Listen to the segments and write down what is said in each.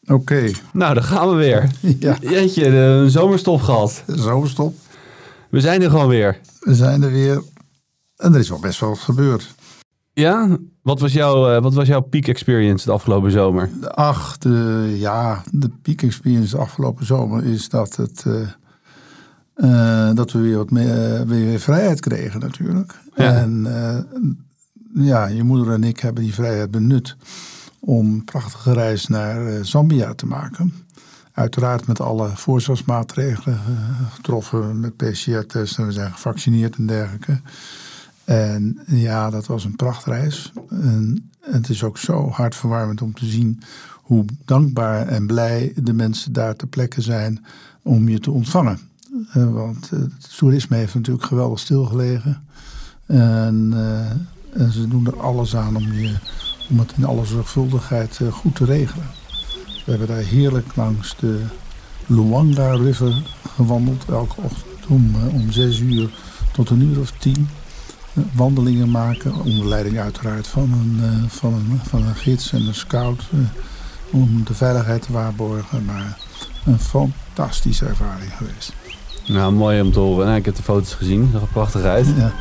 Oké. Nou, daar gaan we weer. Ja. Jeetje, een zomerstop gehad. Zomerstop. We zijn er gewoon weer. We zijn er weer. En er is wel best wel wat gebeurd. Ja? Wat was jouw peak experience de afgelopen zomer? De peak experience de afgelopen zomer is dat dat we weer wat meer weer vrijheid kregen natuurlijk. Ja. En je moeder en ik hebben die vrijheid benut om een prachtige reis naar Zambia te maken. Uiteraard met alle voorzorgsmaatregelen getroffen met PCR-tests en we zijn gevaccineerd en dergelijke. En ja, dat was een prachtreis. En het is ook zo hartverwarmend om te zien hoe dankbaar en blij de mensen daar ter plekke zijn om je te ontvangen. Want het toerisme heeft natuurlijk geweldig stilgelegen. En ze doen er alles aan om het in alle zorgvuldigheid goed te regelen. We hebben daar heerlijk langs de Luangwa River gewandeld. Elke ochtend om 6 uur tot 10:00. Wandelingen maken. Onder leiding uiteraard van een gids en een scout. Om de veiligheid te waarborgen. Maar een fantastische ervaring geweest. Nou, mooi om te horen. Nou, ik heb de foto's gezien. Dat zag er prachtig uit. Ja.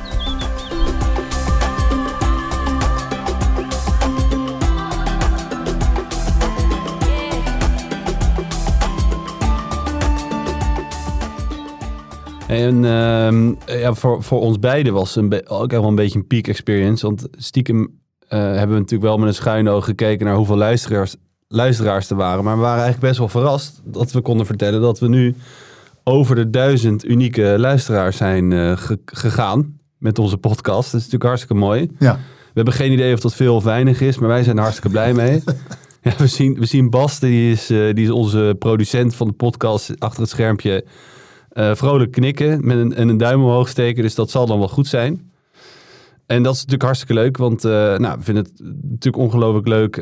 En voor ons beiden was het ook wel een beetje een peak experience. Want stiekem hebben we natuurlijk wel met een schuin oog gekeken naar hoeveel luisteraars er waren. Maar we waren eigenlijk best wel verrast dat we konden vertellen dat we nu over de 1000 unieke luisteraars zijn gegaan met onze podcast. Dat is natuurlijk hartstikke mooi. Ja. We hebben geen idee of dat veel of weinig is, maar wij zijn er hartstikke blij mee. Ja, we zien Bas, die is onze producent van de podcast achter het schermpje. Vrolijk knikken met een duim omhoog steken. Dus dat zal dan wel goed zijn. En dat is natuurlijk hartstikke leuk. Want we vinden het natuurlijk ongelooflijk leuk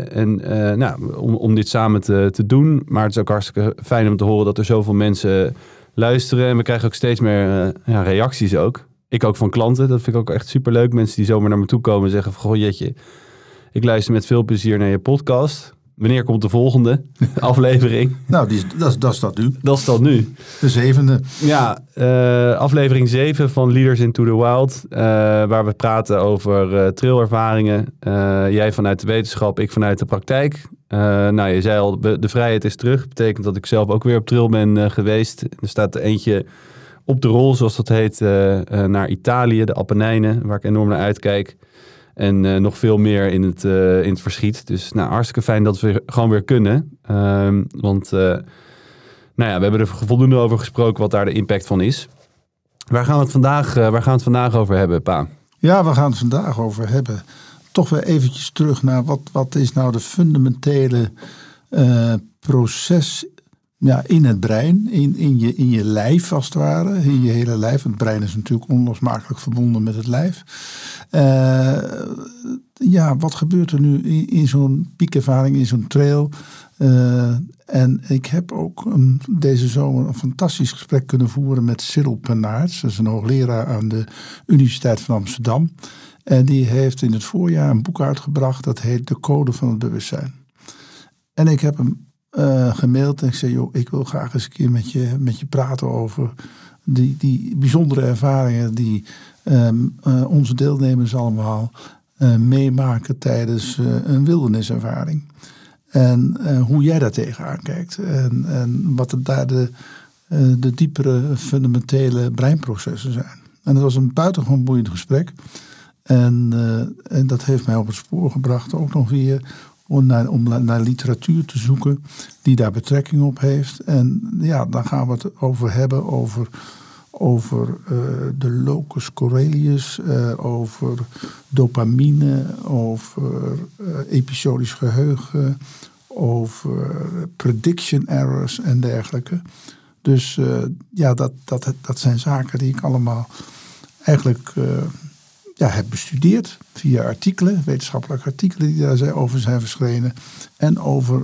om dit samen te doen. Maar het is ook hartstikke fijn om te horen dat er zoveel mensen luisteren. En we krijgen ook steeds meer reacties ook. Ik ook van klanten. Dat vind ik ook echt superleuk. Mensen die zomaar naar me toe komen en zeggen van... Goh, Jetje, ik luister met veel plezier naar je podcast. Wanneer komt de volgende aflevering? Nou, dat is dat nu. Dat is dat nu. De 7e. Ja, aflevering 7 van Leaders into the Wild. Waar we praten over trailervaringen. Jij vanuit de wetenschap, ik vanuit de praktijk. Je zei al, de vrijheid is terug. Dat betekent dat ik zelf ook weer op trail ben geweest. Er staat er eentje op de rol, zoals dat heet, naar Italië, de Appenijnen. Waar ik enorm naar uitkijk. En nog veel meer in het verschiet. Dus hartstikke fijn dat we gewoon weer kunnen. We hebben er voldoende over gesproken wat daar de impact van is. Waar gaan we het vandaag over hebben, Pa? Ja, we gaan het vandaag over hebben. Toch weer eventjes terug naar wat is nou de fundamentele proces in het brein, in je lijf als het ware, in je hele lijf. Het brein is natuurlijk onlosmakelijk verbonden met het lijf. Wat gebeurt er nu in zo'n piekervaring, in zo'n trail? En ik heb ook deze zomer een fantastisch gesprek kunnen voeren met Cyril Pennaerts. Dat is een hoogleraar aan de Universiteit van Amsterdam. En die heeft in het voorjaar een boek uitgebracht, dat heet De Code van het Bewustzijn. En ik heb hem gemaild en ik zei, joh, ik wil graag eens een keer met je praten over die bijzondere ervaringen die onze deelnemers allemaal meemaken tijdens een wilderniservaring. En hoe jij daar tegenaan kijkt. En wat er daar de diepere fundamentele breinprocessen zijn. En dat was een buitengewoon boeiend gesprek. En dat heeft mij op het spoor gebracht ook nog weer om naar literatuur te zoeken die daar betrekking op heeft. En ja, dan gaan we het over hebben over de locus coeruleus, over dopamine, over episodisch geheugen, over prediction errors en dergelijke. Dus dat zijn zaken die ik allemaal eigenlijk heb bestudeerd via artikelen, wetenschappelijke artikelen die daarover zijn verschenen en over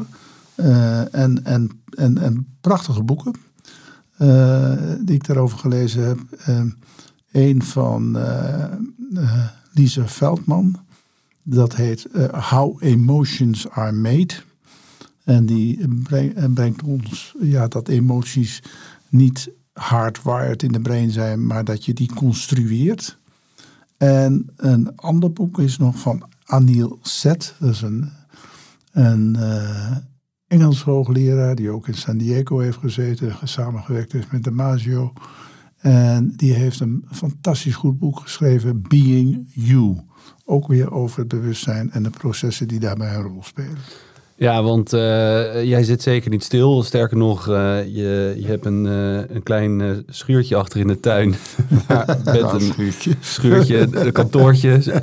en prachtige boeken die ik daarover gelezen heb. Een van Lisa Feldman, dat heet How Emotions Are Made. En die brengt ons dat emoties niet hardwired in de brein zijn, maar dat je die construeert. En een ander boek is nog van Anil Seth. Dat is een Engels hoogleraar die ook in San Diego heeft gezeten. Samengewerkt heeft met Damasio. En die heeft een fantastisch goed boek geschreven. Being You. Ook weer over het bewustzijn en de processen die daarbij een rol spelen. Ja, want jij zit zeker niet stil. Sterker nog, je hebt een klein schuurtje achter in de tuin. Een schuurtje, een kantoortje.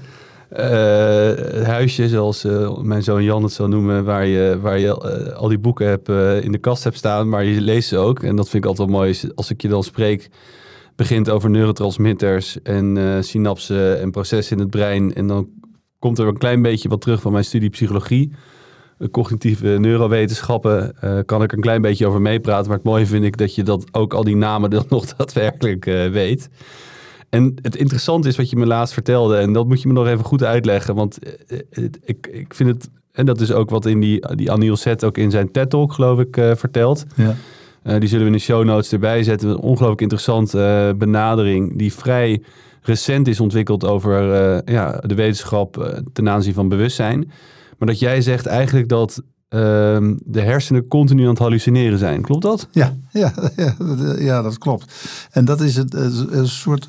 Huisje, zoals mijn zoon Jan het zou noemen, waar je al die boeken hebt, in de kast hebt staan, maar je leest ze ook. En dat vind ik altijd wel mooi. Als ik je dan spreek, begint over neurotransmitters en synapsen en processen in het brein. En dan komt er een klein beetje wat terug van mijn studie psychologie. Cognitieve neurowetenschappen kan ik een klein beetje over meepraten. Maar het mooie vind ik dat je dat ook al die namen dan nog daadwerkelijk weet. En het interessante is wat je me laatst vertelde. En dat moet je me nog even goed uitleggen. Want ik vind het... En dat is ook wat in die Anil Seth ook in zijn TED-talk, geloof ik, vertelt. Ja. Die zullen we in de show notes erbij zetten. Een ongelooflijk interessante benadering die vrij recent is ontwikkeld over de wetenschap ten aanzien van bewustzijn. Maar dat jij zegt eigenlijk dat de hersenen continu aan het hallucineren zijn. Klopt dat? Ja, dat klopt. En dat is een soort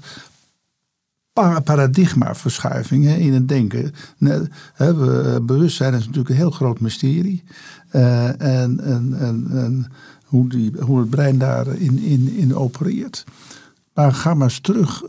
paradigmaverschuiving in het denken. Bewustzijn is natuurlijk een heel groot mysterie. En hoe het brein daarin opereert. Maar ga maar eens terug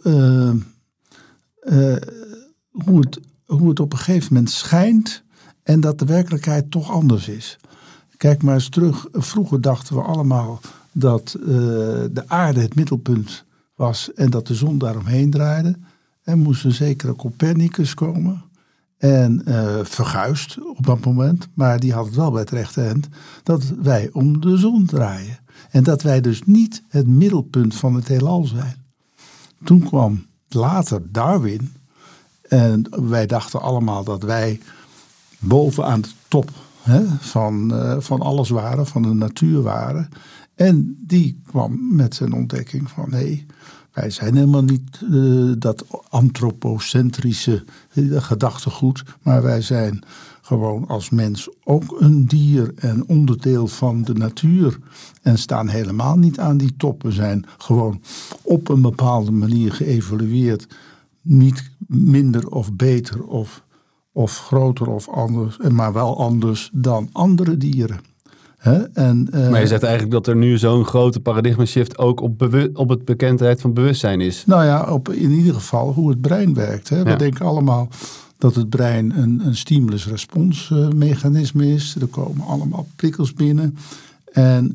hoe het op een gegeven moment schijnt en dat de werkelijkheid toch anders is. Kijk maar eens terug. Vroeger dachten we allemaal dat de aarde het middelpunt was en dat de zon daaromheen draaide. En moest een zekere Copernicus komen. En verguisd op dat moment. Maar die had het wel bij het rechte eind. Dat wij om de zon draaien. En dat wij dus niet het middelpunt van het heelal zijn. Toen kwam later Darwin. En wij dachten allemaal dat wij bovenaan de top van alles waren. Van de natuur waren. En die kwam met zijn ontdekking van wij zijn helemaal niet dat antropocentrische gedachtegoed. Maar wij zijn gewoon als mens ook een dier en onderdeel van de natuur. En staan helemaal niet aan die top. We zijn gewoon op een bepaalde manier geëvolueerd. Niet minder of beter of groter of anders. Maar wel anders dan andere dieren. Maar je zegt eigenlijk dat er nu zo'n grote paradigma shift ook op het bekendheid van bewustzijn is. Nou ja, in ieder geval hoe het brein werkt. We denken allemaal dat het brein een stimulus-respons-mechanisme is. Er komen allemaal prikkels binnen. En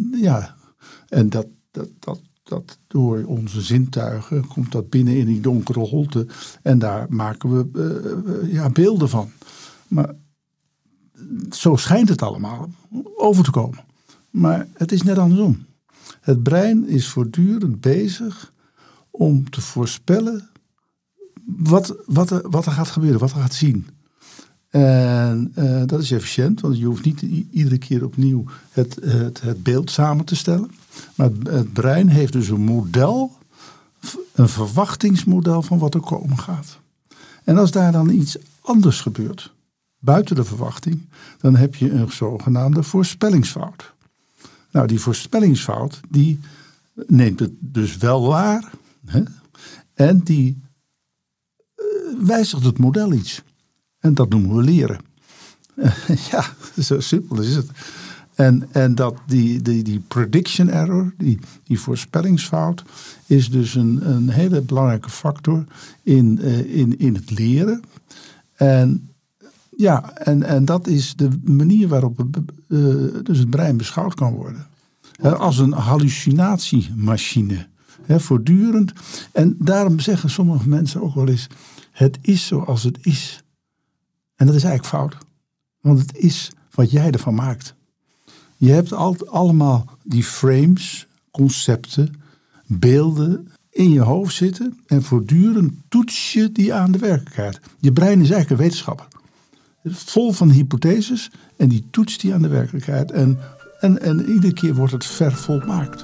dat door onze zintuigen komt dat binnen in die donkere holte. En daar maken we beelden van. Maar zo schijnt het allemaal over te komen. Maar het is net andersom. Het brein is voortdurend bezig om te voorspellen wat er gaat gebeuren, wat er gaat zien. En dat is efficiënt, want je hoeft niet iedere keer opnieuw het beeld samen te stellen. Maar het brein heeft dus een model, een verwachtingsmodel van wat er komen gaat. En als daar dan iets anders gebeurt, buiten de verwachting, dan heb je een zogenaamde voorspellingsfout. Nou, die voorspellingsfout, die neemt het dus wel waar. En die wijzigt het model iets. En dat noemen we leren. Ja, zo simpel is het. En dat die prediction error, die voorspellingsfout, is dus een hele belangrijke factor in het leren. En dat is de manier waarop dus het brein beschouwd kan worden. Als een hallucinatiemachine. Voortdurend. En daarom zeggen sommige mensen ook wel eens, het is zoals het is. En dat is eigenlijk fout. Want het is wat jij ervan maakt. Je hebt allemaal die frames, concepten, beelden in je hoofd zitten. En voortdurend toets je die aan de werkelijkheid. Je brein is eigenlijk een wetenschapper. vol van hypotheses en die toetst die aan de werkelijkheid. En iedere keer wordt het vervolmaakt.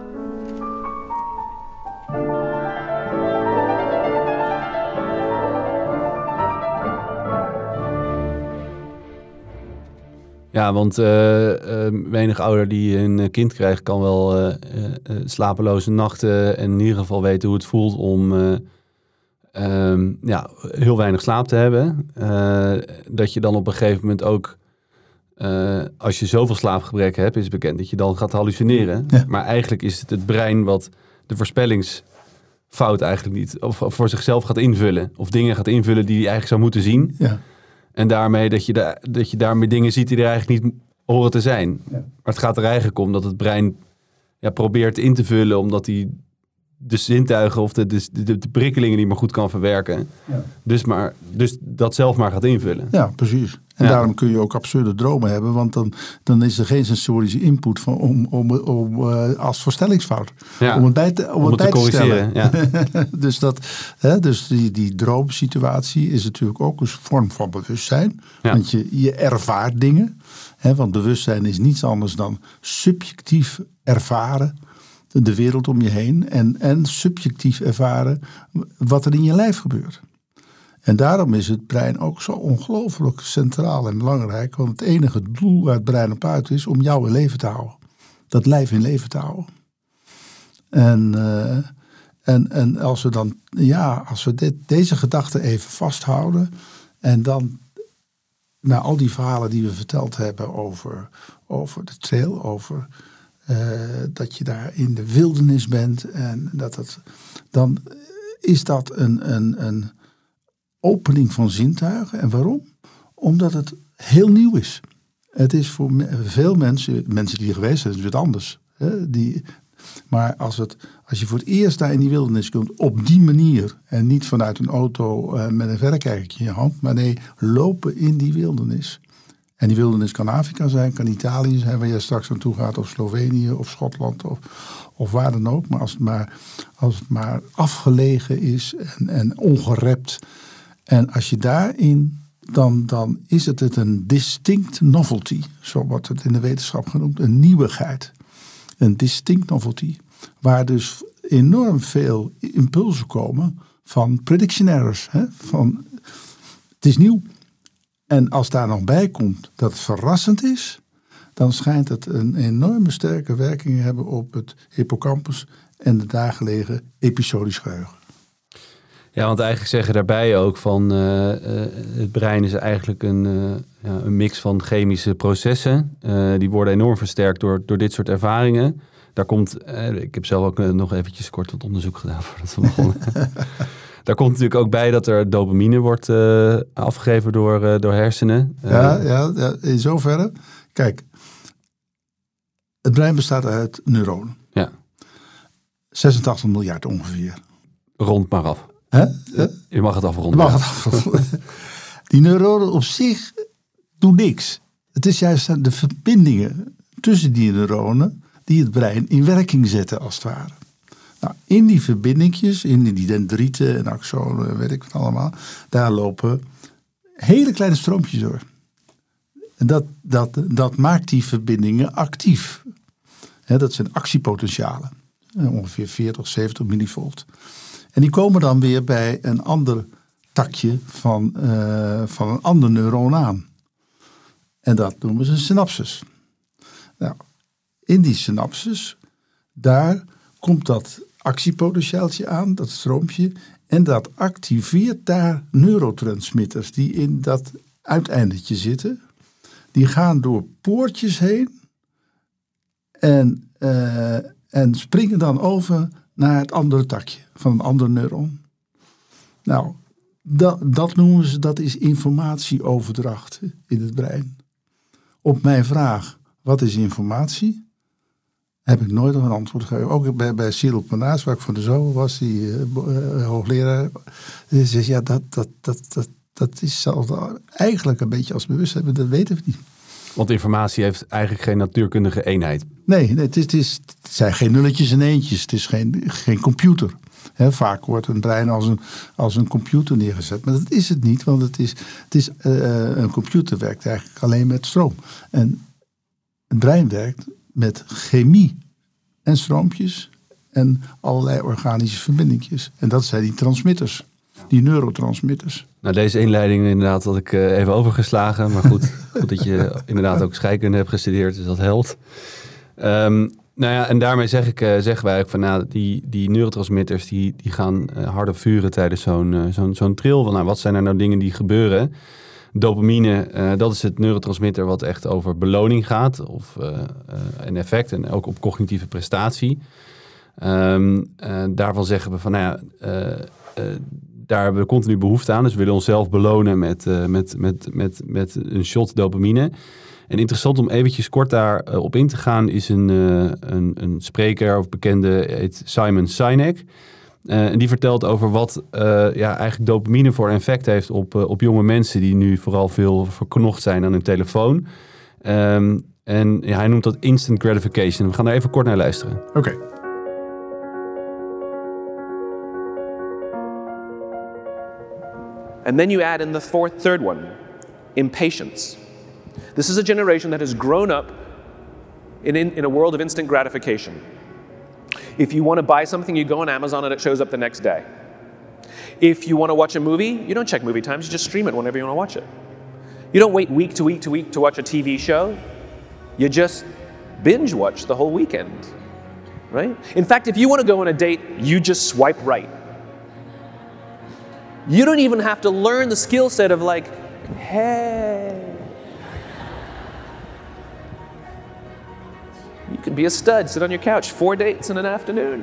Ja, want menig ouder die een kind krijgt kan wel slapeloze nachten en in ieder geval weten hoe het voelt om heel weinig slaap te hebben. Dat je dan op een gegeven moment ook, als je zoveel slaapgebrek hebt, is bekend dat je dan gaat hallucineren. Ja. Maar eigenlijk is het brein wat de voorspellingsfout eigenlijk niet, of voor zichzelf gaat invullen. Of dingen gaat invullen die hij eigenlijk zou moeten zien. Ja. En daarmee dat je daarmee dingen ziet die er eigenlijk niet horen te zijn. Ja. Maar het gaat er eigenlijk om dat het brein probeert in te vullen, omdat hij de zintuigen of de prikkelingen niet meer goed kan verwerken. Ja. Dus dat zelf maar gaat invullen. Ja, precies. En daarom kun je ook absurde dromen hebben, want dan is er geen sensorische input als voorstellingsfout. Ja. Om het bij te corrigeren. Ja. Dus die droomsituatie is natuurlijk ook een vorm van bewustzijn. Ja. Want je ervaart dingen. Want bewustzijn is niets anders dan subjectief ervaren de wereld om je heen en subjectief ervaren wat er in je lijf gebeurt. En daarom is het brein ook zo ongelooflijk centraal en belangrijk. Want het enige doel waar het brein op uit is om jou in leven te houden. Dat lijf in leven te houden. En als we dan, als we deze gedachte even vasthouden. En dan naar al die verhalen die we verteld hebben over de trail. Over dat je daar in de wildernis bent. En dan is dat een opening van zintuigen. En waarom? Omdat het heel nieuw is. Het is voor veel mensen die er geweest zijn, is het anders. Maar als je voor het eerst daar in die wildernis komt, op die manier, en niet vanuit een auto met een verrekijkertje in je hand, maar nee, lopen in die wildernis. En die wildernis kan Afrika zijn, kan Italië zijn, waar je straks naartoe gaat, of Slovenië, of Schotland, of waar dan ook. Maar als het maar afgelegen is en ongerept. En als je daarin, dan is het een distinct novelty. Zo wordt het in de wetenschap genoemd. Een nieuwigheid. Een distinct novelty. Waar dus enorm veel impulsen komen van prediction errors. Van, het is nieuw. En als daar nog bij komt dat het verrassend is, dan schijnt het een enorme sterke werking te hebben op het hippocampus en de daar gelegen episodisch geheugen. Ja, want eigenlijk zeggen daarbij ook van het brein is eigenlijk een mix van chemische processen. Die worden enorm versterkt door dit soort ervaringen. Daar komt, ik heb zelf ook nog eventjes kort wat onderzoek gedaan voordat we begonnen. Daar komt natuurlijk ook bij dat er dopamine wordt afgegeven door hersenen. Ja, in zoverre. Kijk, het brein bestaat uit neuronen. Ja. 86 miljard ongeveer. Rond maar af. Je mag het afronden. Die neuronen op zich doen niks. Het is juist de verbindingen tussen die neuronen die het brein in werking zetten als het ware. Nou, in die verbindingjes, in die dendrieten en axonen, weet ik wat allemaal, daar lopen hele kleine stroompjes door. En dat maakt die verbindingen actief. Dat zijn actiepotentialen. Ongeveer 40, 70 millivolt. En die komen dan weer bij een ander takje van een ander neuron aan. En dat noemen ze een synapses. Nou, in die synapses, daar komt dat actiepotentiaaltje aan, dat stroompje. En dat activeert daar neurotransmitters die in dat uiteindetje zitten. Die gaan door poortjes heen en springen dan over naar het andere takje van een ander neuron. Nou, dat noemen ze, dat is informatieoverdracht in het brein. Op mijn vraag, wat is informatie? Heb ik nooit nog een antwoord gegeven. Ook bij Cyril Penaars, waar ik voor de zomer was, die hoogleraar. Die zegt, ja, dat is eigenlijk een beetje als bewustzijn, dat weten we niet. Want informatie heeft eigenlijk geen natuurkundige eenheid. Nee, het zijn geen nulletjes en eentjes. Het is geen computer. Vaak wordt een brein als een computer neergezet. Maar dat is het niet, want een computer werkt eigenlijk alleen met stroom. En het brein werkt met chemie en stroompjes en allerlei organische verbindingjes. En dat zijn die transmitters, die neurotransmitters. Nou, deze inleiding inderdaad had ik even overgeslagen. Maar goed dat je inderdaad ook scheikunde hebt gestudeerd, dus dat helpt. En daarmee zeggen wij ook van die neurotransmitters die gaan harder vuren tijdens zo'n trill. Van, wat zijn er nou dingen die gebeuren? Dopamine, dat is het neurotransmitter wat echt over beloning gaat. Of een effect en ook op cognitieve prestatie. Daarvan zeggen we van daar hebben we continu behoefte aan. Dus we willen onszelf belonen met een shot dopamine. En interessant om eventjes kort daarop in te gaan is een spreker of bekende, heet Simon Sinek. En die vertelt over wat eigenlijk dopamine voor effect heeft op jonge mensen die nu vooral veel verknocht zijn aan hun telefoon. En hij noemt dat instant gratification. We gaan daar even kort naar luisteren. Oké. And then you add in the third one, impatience. This is a generation that has grown up in a world of instant gratification. If you want to buy something, you go on Amazon and it shows up the next day. If you want to watch a movie, you don't check movie times, you just stream it whenever you want to watch it. You don't wait week to week to week to watch a TV show. You just binge watch the whole weekend, right? In fact, if you want to go on a date, you just swipe right. You don't even have to learn the skill set of like, hey. You could be a stud, sit on your couch, 4 dates in an afternoon.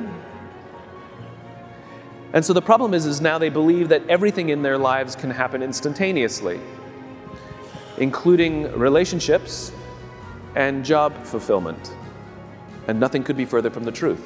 And so the problem is now they believe that everything in their lives can happen instantaneously, including relationships and job fulfillment. And nothing could be further from the truth.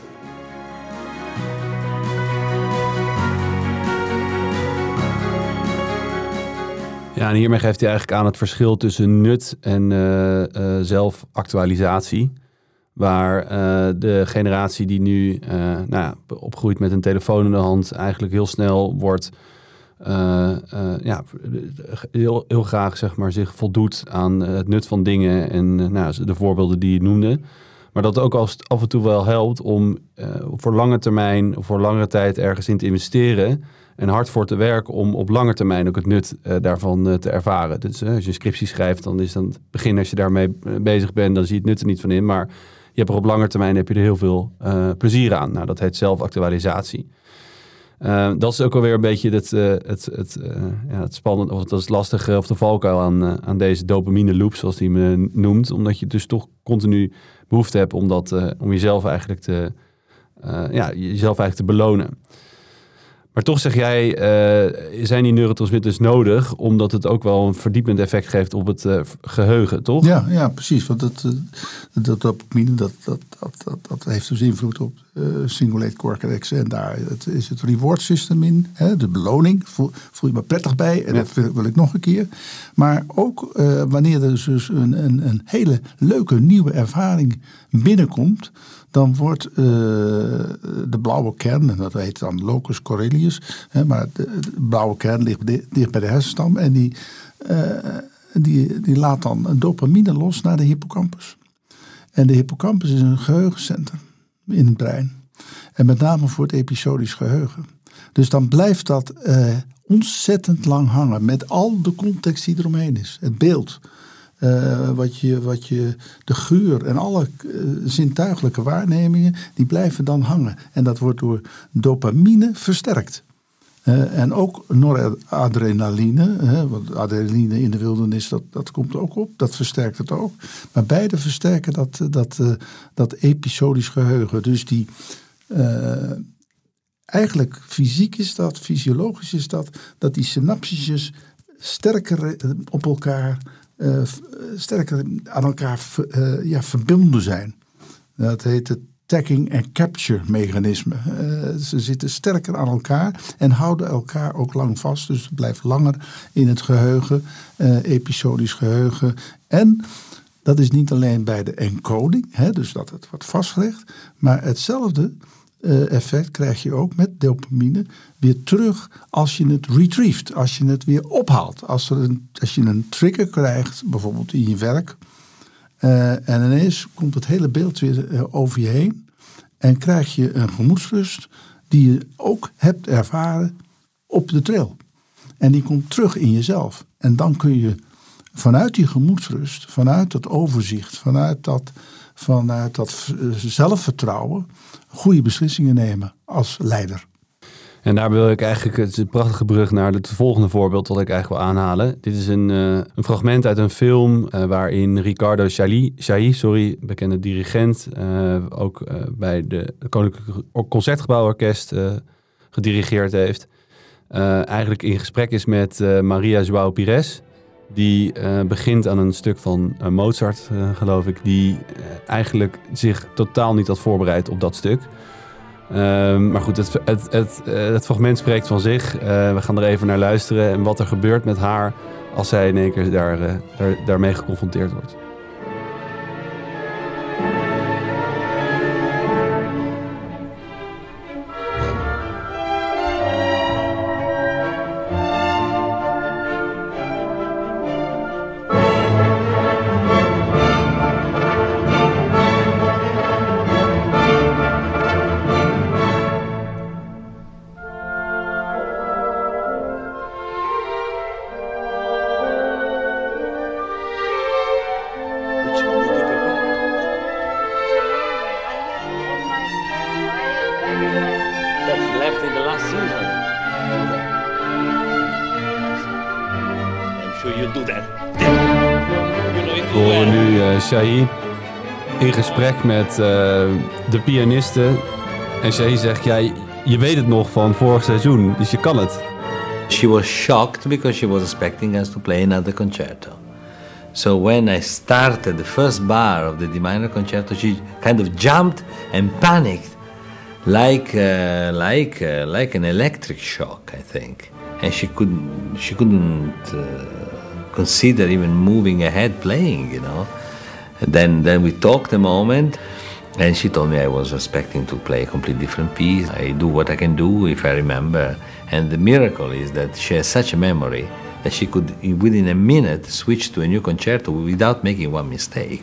Ja, en hiermee geeft hij eigenlijk aan het verschil tussen nut en zelfactualisatie. Waar de generatie die nu opgroeit met een telefoon in de hand eigenlijk heel snel wordt heel graag zeg maar, zich voldoet aan het nut van dingen en de voorbeelden die je noemde. Maar dat ook af en toe wel helpt om voor lange termijn of voor langere tijd ergens in te investeren en hard voor te werken om op lange termijn ook het nut daarvan te ervaren. Dus als je een scriptie schrijft, dan is dan het begin als je daarmee bezig bent, dan zie je het nut er niet van in. Maar je hebt er op lange termijn heb je er heel veel plezier aan. Nou, dat heet zelfactualisatie. Dat is ook alweer een beetje het spannende, of dat is lastige, of de valkuil aan deze dopamine loop, zoals hij me noemt. Omdat je dus toch continu behoefte hebt om jezelf eigenlijk te belonen. Maar toch zeg jij, zijn die neurotransmitters nodig, omdat het ook wel een verdiepend effect geeft op het geheugen, toch? Ja, precies. Want dat dopamine, dat heeft dus invloed op cingulate cortex. En daar is het reward system in. Hè, de beloning, voel je me prettig bij. En dat wil ik nog een keer. Maar ook wanneer er dus een hele leuke nieuwe ervaring binnenkomt, dan wordt de blauwe kern, en dat heet dan locus coeruleus, maar de blauwe kern ligt dicht bij de hersenstam en die laat dan dopamine los naar de hippocampus. En de hippocampus is een geheugencentrum in het brein. En met name voor het episodisch geheugen. Dus dan blijft dat ontzettend lang hangen met al de context die eromheen is. Het beeld. De geur en alle zintuigelijke waarnemingen, die blijven dan hangen. En dat wordt door dopamine versterkt. En ook noradrenaline, want adrenaline in de wildernis, dat komt ook op. Dat versterkt het ook. Maar beide versterken dat episodisch geheugen. Dus eigenlijk fysiek is dat, fysiologisch is dat die synapsjes sterker op elkaar sterker aan elkaar verbonden zijn. Dat heet het tagging en capture mechanisme. Ze zitten sterker aan elkaar en houden elkaar ook lang vast. Dus het blijft langer in het geheugen, episodisch geheugen. En dat is niet alleen bij de encoding, dus dat het wordt vastgelegd, maar hetzelfde effect krijg je ook met dopamine weer terug als je het retrieft, als je het weer ophaalt. Als je een trigger krijgt, bijvoorbeeld in je werk, en ineens komt het hele beeld weer over je heen en krijg je een gemoedsrust die je ook hebt ervaren op de trail. En die komt terug in jezelf. En dan kun je vanuit die gemoedsrust, vanuit dat overzicht, vanuit dat zelfvertrouwen goede beslissingen nemen als leider. En daar wil ik eigenlijk, het is een prachtige brug naar het volgende voorbeeld dat ik eigenlijk wil aanhalen. Dit is een fragment uit een film waarin Ricardo Chailly, bekende dirigent, ook bij de Koninklijke Concertgebouworkest gedirigeerd heeft. Eigenlijk in gesprek is met Maria João Pires. Die begint aan een stuk van Mozart, geloof ik, die eigenlijk zich totaal niet had voorbereid op dat stuk. Maar goed, het fragment spreekt van zich. We gaan er even naar luisteren en wat er gebeurt met haar als zij in één keer daarmee geconfronteerd wordt. We horen nu Chailly in gesprek met de pianiste. En Chailly zegt, ja, je weet het nog van vorig seizoen, dus je kan het. She was shocked because she was expecting us to play another concerto. So when I started the first bar of the D minor concerto, she kind of jumped and panicked, like an electric shock, I think. And she couldn't consider even moving ahead playing, you know. Then we talked a moment, and she told me I was expecting to play a completely different piece. I do what I can do if I remember. And the miracle is that she has such a memory that she could, within a minute, switch to a new concerto without making one mistake.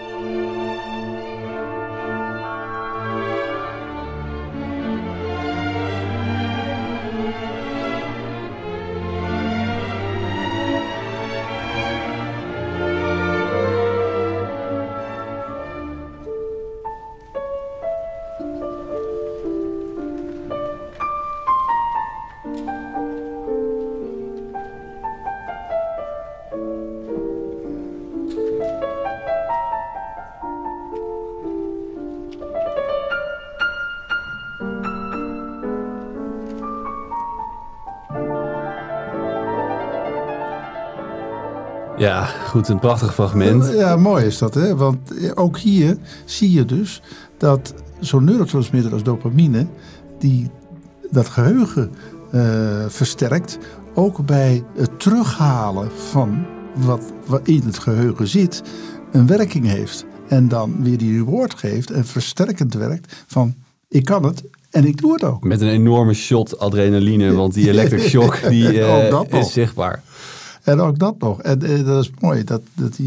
Ja, goed, een prachtig fragment. Ja, mooi is dat, hè? Want ook hier zie je dus dat zo'n neurotransmitter als dopamine, die dat geheugen versterkt, ook bij het terughalen van wat in het geheugen zit, een werking heeft. En dan weer die reward geeft en versterkend werkt van ik kan het en ik doe het ook. Met een enorme shot adrenaline, want die electric shock die is zichtbaar. En ook dat nog. En dat is mooi. Dat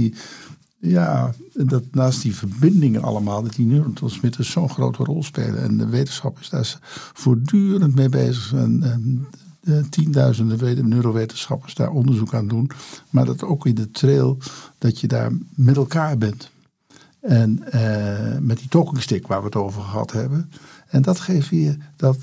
naast die verbindingen allemaal, dat die neurotransmitters zo'n grote rol spelen. En de wetenschap is daar voortdurend mee bezig. En tienduizenden neurowetenschappers daar onderzoek aan doen. Maar dat ook in de trail, dat je daar met elkaar bent. En met die talking stick waar we het over gehad hebben. En dat geeft weer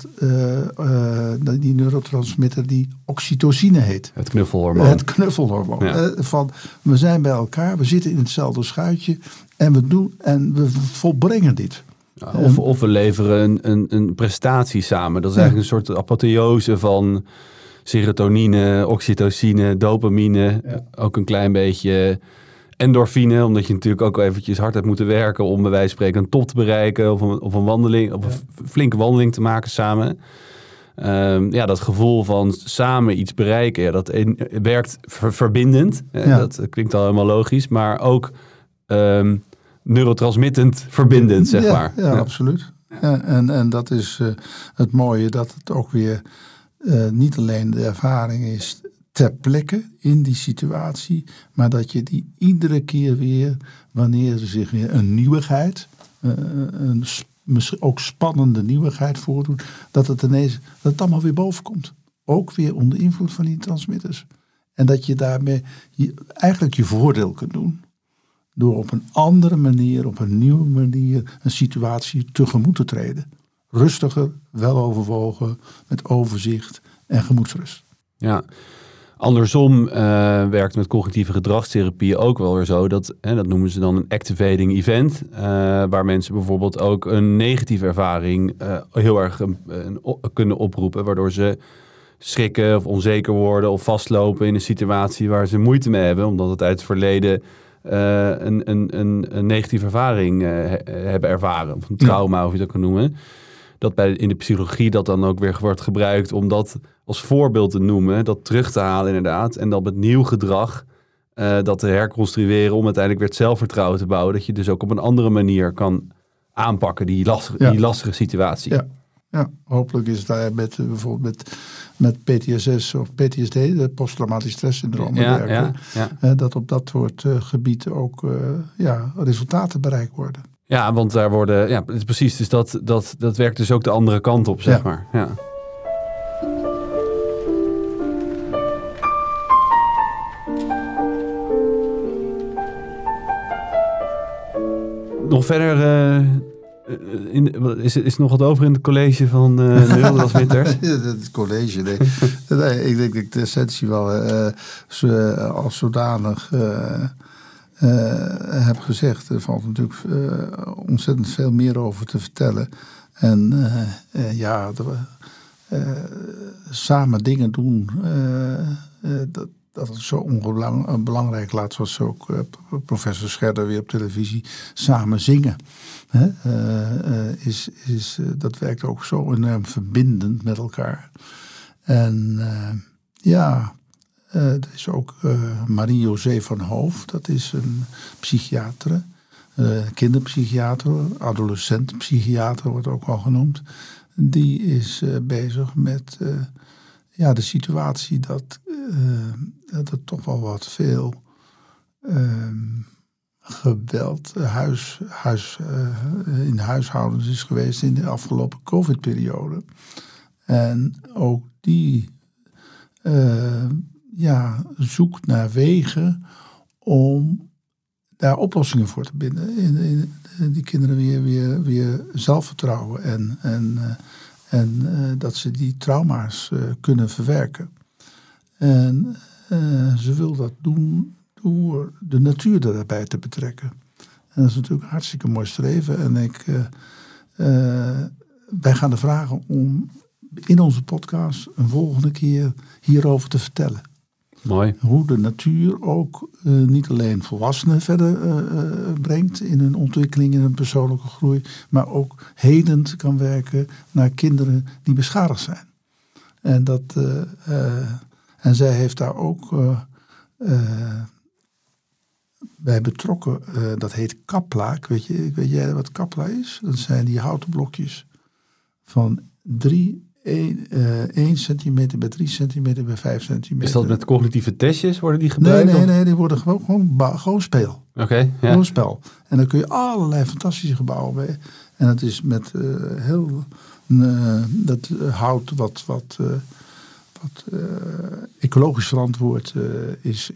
die neurotransmitter die oxytocine heet. Het knuffelhormoon. Het knuffelhormoon. Ja. Van we zijn bij elkaar, we zitten in hetzelfde schuitje en we volbrengen dit. Ja, of we leveren een prestatie samen. Dat is eigenlijk een soort apotheose van serotonine, oxytocine, dopamine. Ja. Ook een klein beetje endorfine, omdat je natuurlijk ook eventjes hard hebt moeten werken om bij wijze van spreken een top te bereiken of een wandeling, of een flinke wandeling te maken samen. Dat gevoel van samen iets bereiken, dat werkt verbindend. Ja. Dat klinkt al helemaal logisch, maar ook neurotransmittend verbindend, zeg maar. Ja, absoluut. En dat is het mooie, dat het ook weer niet alleen de ervaring is ter plekke in die situatie, maar dat je die iedere keer weer, wanneer er zich weer een nieuwigheid, misschien ook spannende nieuwigheid voordoet, dat het allemaal weer boven komt. Ook weer onder invloed van die transmitters. En dat je daarmee eigenlijk je voordeel kunt doen. Door op een andere manier, op een nieuwe manier, een situatie tegemoet te treden. Rustiger, weloverwogen, met overzicht en gemoedsrust. Ja, andersom werkt met cognitieve gedragstherapie ook wel weer zo. Dat noemen ze dan een activating event. Waar mensen bijvoorbeeld ook een negatieve ervaring heel erg kunnen oproepen. Waardoor ze schrikken of onzeker worden of vastlopen in een situatie waar ze moeite mee hebben. Omdat het uit het verleden een negatieve ervaring hebben ervaren. Of een trauma, of je dat kan noemen. Dat in de psychologie dat dan ook weer wordt gebruikt om dat als voorbeeld te noemen. Dat terug te halen inderdaad. En dan met nieuw gedrag dat te herconstrueren om uiteindelijk weer het zelfvertrouwen te bouwen. Dat je dus ook op een andere manier kan aanpakken die lastige situatie. Ja, hopelijk is daar bijvoorbeeld met PTSS of PTSD, de posttraumatisch stresssyndroom, dat op dat soort gebieden ook resultaten bereikt worden. Ja, want daar worden, precies, dus dat werkt dus ook de andere kant op, zeg maar. Ja. Nog verder, is er nog wat over in het college van Wilders Winters? Het college, nee. Ik denk dat ik de essentie wel als zodanig heb gezegd. Er valt natuurlijk ontzettend veel meer over te vertellen. En samen dingen doen, dat is zo belangrijk. Laatst was ook professor Scherder weer op televisie. Samen zingen. Dat werkt ook zo enorm verbindend met elkaar. En er is ook Marie-José van Hoof. Dat is een psychiater. Kinderpsychiater, adolescentpsychiater wordt ook al genoemd. Die is bezig met de situatie dat er toch wel wat veel geweld in huishoudens is geweest in de afgelopen COVID-periode. En ook die zoekt naar wegen om daar oplossingen voor te vinden. In die kinderen weer zelfvertrouwen en dat ze die trauma's kunnen verwerken. En ze wil dat doen door de natuur daarbij te betrekken. En dat is natuurlijk een hartstikke mooi streven. En wij gaan er vragen om in onze podcast een volgende keer hierover te vertellen. Mooi. Hoe de natuur ook niet alleen volwassenen verder brengt in hun ontwikkeling, in hun persoonlijke groei, maar ook helend kan werken naar kinderen die beschadigd zijn. En zij heeft daar ook bij betrokken, dat heet kaplaak. Weet jij wat kapla is? Dat zijn die houten blokjes van 1 centimeter bij 3 centimeter bij 5 centimeter. Is dat met cognitieve testjes? Worden die gebruikt? Nee, die worden gewoon speel. Oké. Gewoon spel. En dan kun je allerlei fantastische gebouwen bij. En dat is met dat hout wat ecologisch verantwoord is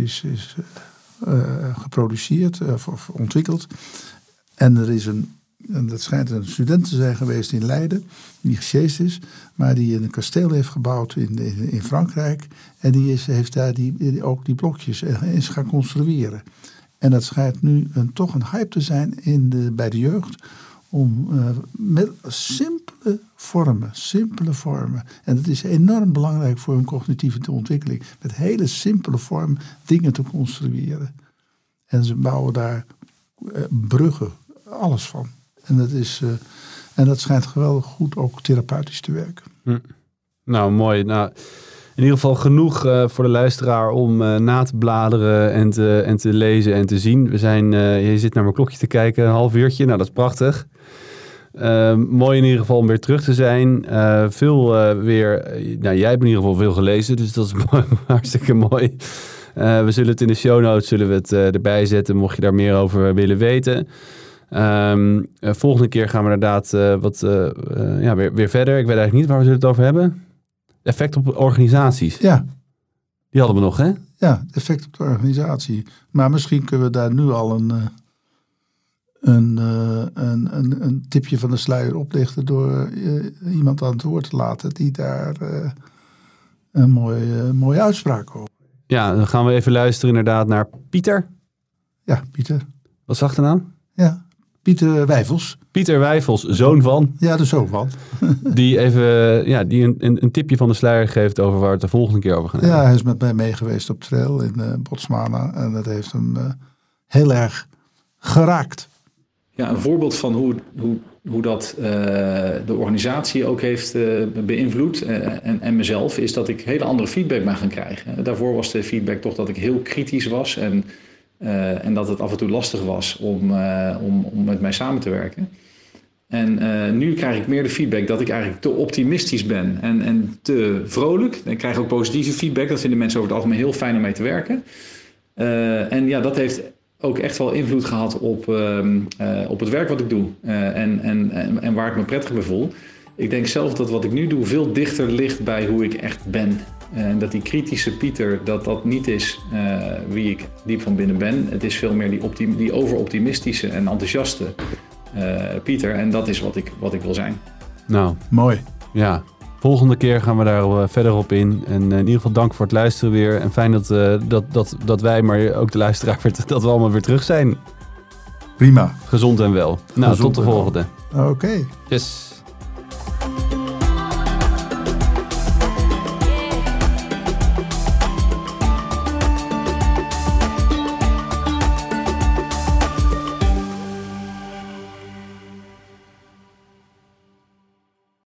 geproduceerd of ontwikkeld. En er is dat schijnt een student te zijn geweest in Leiden, die gesjeest is, maar die een kasteel heeft gebouwd in Frankrijk. En heeft daar ook die blokjes eens gaan construeren. En dat schijnt nu toch een hype te zijn bij de jeugd, om met simpele vormen. En dat is enorm belangrijk voor hun cognitieve ontwikkeling. Met hele simpele vormen dingen te construeren. En ze bouwen daar bruggen, alles van. En dat schijnt geweldig goed ook therapeutisch te werken. Nou, mooi. Nou, in ieder geval genoeg voor de luisteraar om na te bladeren en te lezen en te zien. Je zit naar mijn klokje te kijken, een half uurtje. Nou, dat is prachtig. Mooi in ieder geval om weer terug te zijn. Jij hebt in ieder geval veel gelezen, dus dat is hartstikke mooi. We zullen het in de show notes erbij zetten, mocht je daar meer over willen weten. Volgende keer gaan we inderdaad weer verder. Ik weet eigenlijk niet waar we het over hebben. Effect op organisaties. Ja. Die hadden we nog, hè? Ja, effect op de organisatie. Maar misschien kunnen we daar nu al een tipje van de sluier oplichten door iemand aan het woord te laten die daar een mooie uitspraak over. Ja, dan gaan we even luisteren inderdaad naar Pieter. Ja, Pieter. Wat is de achternaam? Ja, Pieter Wijfels. Pieter Wijfels, zoon van. Ja, de zoon van. Die even die een tipje van de sluier geeft over waar we het de volgende keer over gaan hebben. Ja, hij is met mij mee geweest op trail in Botswana. En dat heeft hem heel erg geraakt. Ja, een voorbeeld van hoe dat de organisatie ook heeft beïnvloed en mezelf, is dat ik hele andere feedback ben gaan krijgen. Daarvoor was de feedback toch dat ik heel kritisch was en dat het af en toe lastig was om met mij samen te werken. En nu krijg ik meer de feedback dat ik eigenlijk te optimistisch ben en te vrolijk. Ik krijg ook positieve feedback, dat vinden mensen over het algemeen heel fijn om mee te werken. En ja, dat heeft ook echt wel invloed gehad op het werk wat ik doe en waar ik me prettig bij voel. Ik denk zelf dat wat ik nu doe veel dichter ligt bij hoe ik echt ben. En dat die kritische Pieter, dat niet is wie ik diep van binnen ben. Het is veel meer die overoptimistische en enthousiaste Pieter. En dat is wat ik wil zijn. Nou, mooi. Ja, volgende keer gaan we daar verder op in. En in ieder geval dank voor het luisteren weer. En fijn dat wij, maar ook de luisteraar, dat we allemaal weer terug zijn. Prima. Gezond en wel. Nou, tot de volgende. Oké. Yes.